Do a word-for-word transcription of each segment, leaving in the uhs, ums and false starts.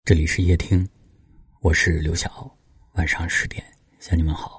这里是夜听，我是刘晓，晚上十点向你们好。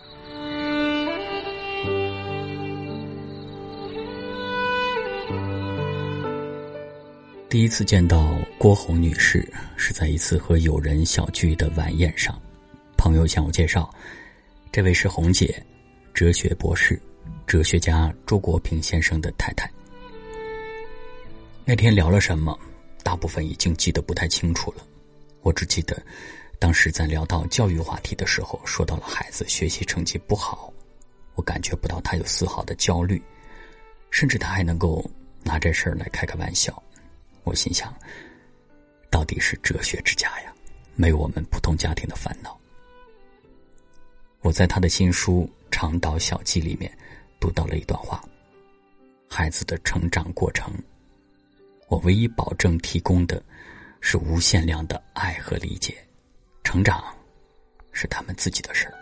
第一次见到郭红女士是在一次和友人小聚的晚宴上，朋友向我介绍，这位是红姐，哲学博士，哲学家周国平先生的太太。那天聊了什么，大部分已经记得不太清楚了。我只记得当时在聊到教育话题的时候，说到了孩子学习成绩不好，我感觉不到他有丝毫的焦虑，甚至他还能够拿这事儿来开个玩笑。我心想，到底是哲学之家呀，没有我们普通家庭的烦恼。我在他的新书《长岛小记》里面读到了一段话：孩子的成长过程，我唯一保证提供的是无限量的爱和理解，成长是他们自己的事儿。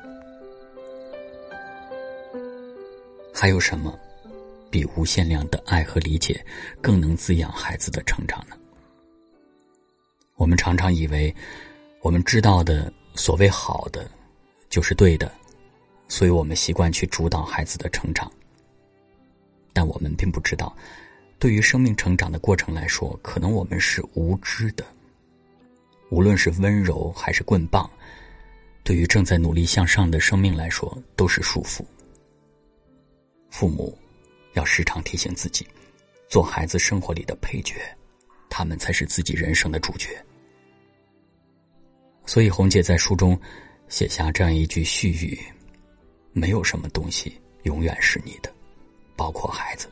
还有什么比无限量的爱和理解更能滋养孩子的成长呢？我们常常以为我们知道的所谓好的就是对的，所以我们习惯去主导孩子的成长。但我们并不知道，对于生命成长的过程来说，可能我们是无知的。无论是温柔还是棍棒，对于正在努力向上的生命来说都是束缚。父母要时常提醒自己，做孩子生活里的配角，他们才是自己人生的主角。所以红姐在书中写下这样一句序语：没有什么东西永远是你的，包括孩子。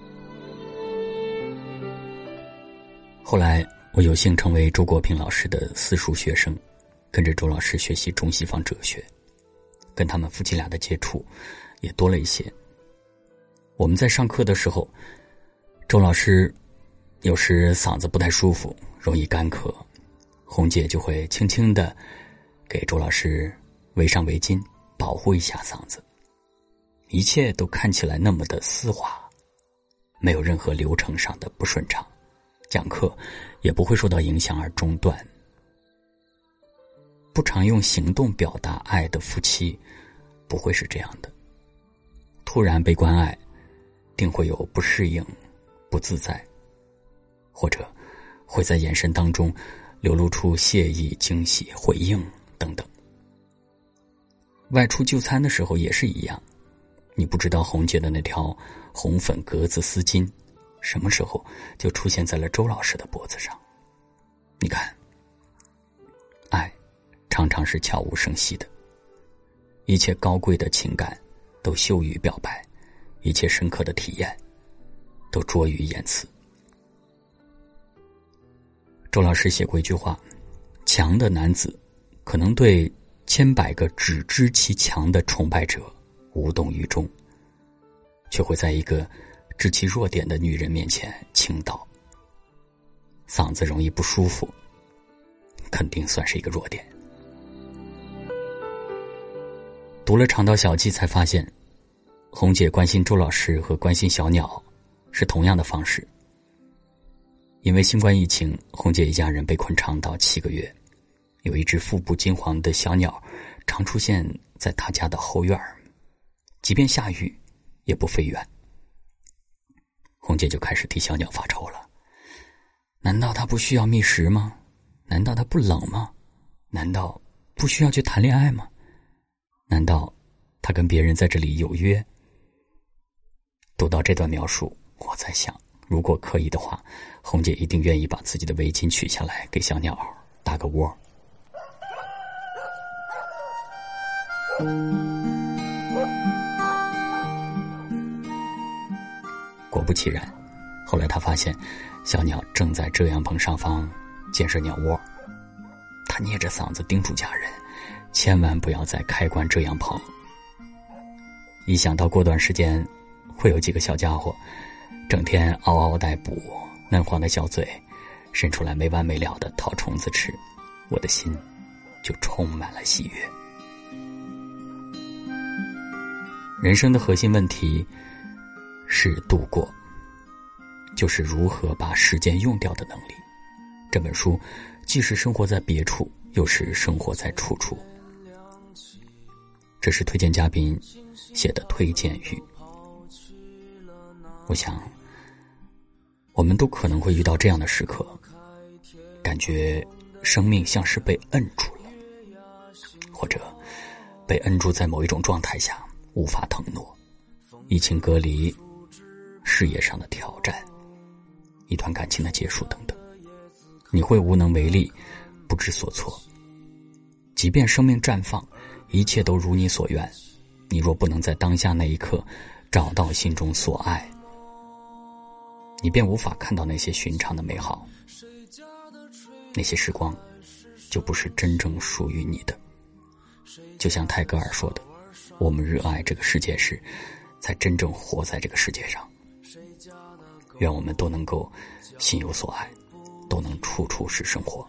后来我有幸成为周国平老师的私塾学生，跟着周老师学习中西方哲学，跟他们夫妻俩的接触也多了一些。我们在上课的时候，周老师有时嗓子不太舒服，容易干咳，红姐就会轻轻地给周老师围上围巾，保护一下嗓子。一切都看起来那么的丝滑，没有任何流程上的不顺畅，讲课也不会受到影响而中断。不常用行动表达爱的夫妻不会是这样的，突然被关爱定会有不适应、不自在，或者会在眼神当中流露出谢意、惊喜、回应等等。外出就餐的时候也是一样，你不知道红姐的那条红粉格子丝巾什么时候就出现在了周老师的脖子上。你看，爱常常是悄无声息的，一切高贵的情感都羞于表白，一切深刻的体验都拙于言辞。周老师写过一句话：强的男子可能对千百个只知其强的崇拜者无动于衷，却会在一个知其弱点的女人面前倾倒。嗓子容易不舒服，肯定算是一个弱点。读了《长岛小记》才发现，红姐关心周老师和关心小鸟是同样的方式。因为新冠疫情，红姐一家人被困长岛七个月，有一只腹部金黄的小鸟常出现在他家的后院，即便下雨也不飞远。红姐就开始替小鸟发愁了，难道它不需要觅食吗？难道它不冷吗？难道不需要去谈恋爱吗？难道它跟别人在这里有约？读到这段描述，我在想，如果可以的话，红姐一定愿意把自己的围巾取下来，给小鸟搭个窝。果不其然，后来他发现小鸟正在遮阳棚上方建设鸟窝，他捏着嗓子叮嘱家人，千万不要再开关遮阳棚。一想到过段时间会有几个小家伙整天嗷嗷待哺，嫩黄的小嘴伸出来没完没了的讨虫子吃，我的心就充满了喜悦。人生的核心问题是度过，就是如何把时间用掉的能力。这本书既是生活在别处，又是生活在处处。这是推荐嘉宾写的推荐语。我想我们都可能会遇到这样的时刻，感觉生命像是被摁住了，或者被摁住在某一种状态下无法腾挪，疫情隔离，事业上的挑战，一段感情的结束等等，你会无能为力，不知所措。即便生命绽放，一切都如你所愿，你若不能在当下那一刻找到心中所爱，你便无法看到那些寻常的美好，那些时光就不是真正属于你的。就像泰戈尔说的，我们热爱这个世界时，才真正活在这个世界上。愿我们都能够心有所爱，都能处处是生活。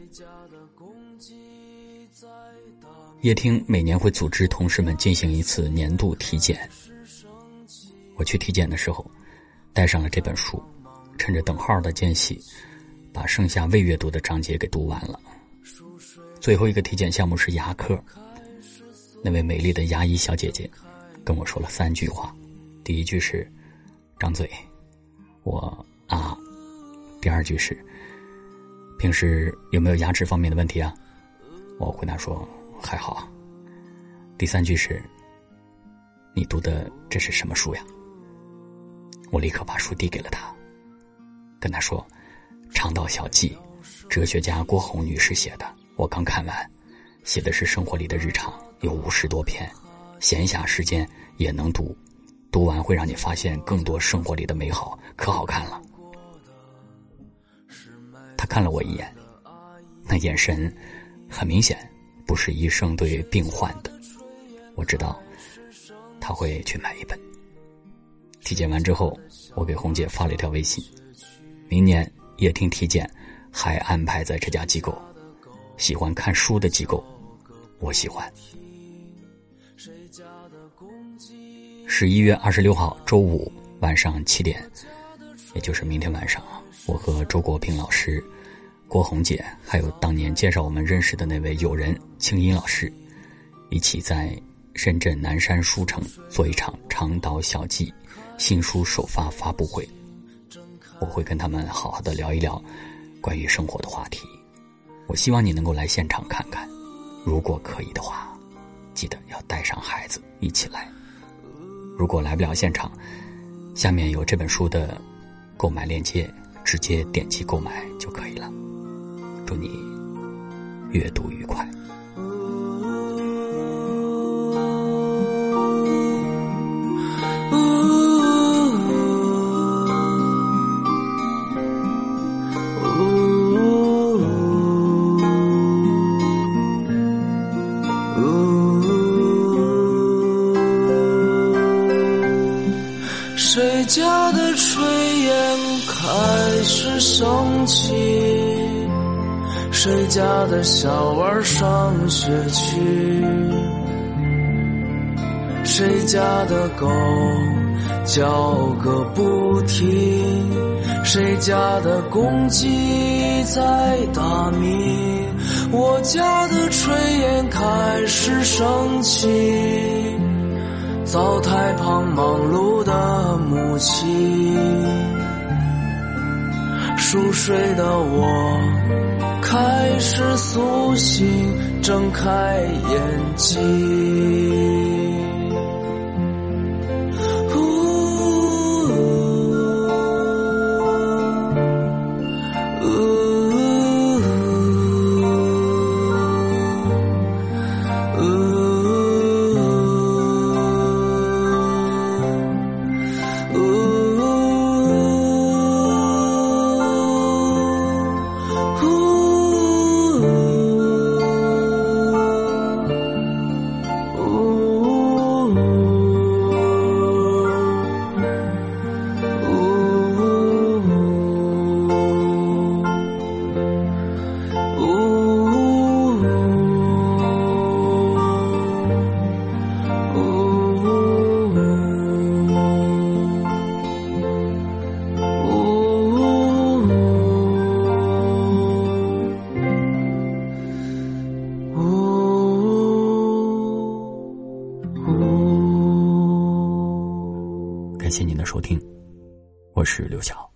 夜听每年会组织同事们进行一次年度体检，我去体检的时候带上了这本书，趁着等号的间隙把剩下未阅读的章节给读完了。最后一个体检项目是牙科，那位美丽的牙医小姐姐跟我说了三句话。第一句是张嘴，我啊。第二句是平时有没有牙齿方面的问题啊？我回答说还好。第三句是你读的这是什么书呀？我立刻把书递给了他，跟他说肠道小记，哲学家郭红女士写的，我刚看完，写的是生活里的日常，有五十多篇，闲暇时间也能读，读完会让你发现更多生活里的美好，可好看了。他看了我一眼，那眼神很明显不是医生对病患的，我知道他会去买一本。体检完之后，我给红姐发了一条微信，明年夜听体检还安排在这家机构，喜欢看书的机构，我喜欢。十一月二十六号周五晚上七点，也就是明天晚上，我和周国平老师、郭红姐，还有当年介绍我们认识的那位友人青音老师，一起在深圳南山书城做一场长岛小记新书首发发布会。我会跟他们好好的聊一聊关于生活的话题。我希望你能够来现场看看，如果可以的话，记得要带上孩子一起来。如果来不了现场，下面有这本书的购买链接，直接点击购买就可以了。祝你阅读愉快。 谁家的炊烟开始升起，谁家的小娃上学去，谁家的狗叫个不停，谁家的公鸡在打鸣，我家的炊烟开始升起，灶台旁忙碌的母亲，熟睡的我开始苏醒，睁开眼睛。呜感谢您的收听，我是刘晓。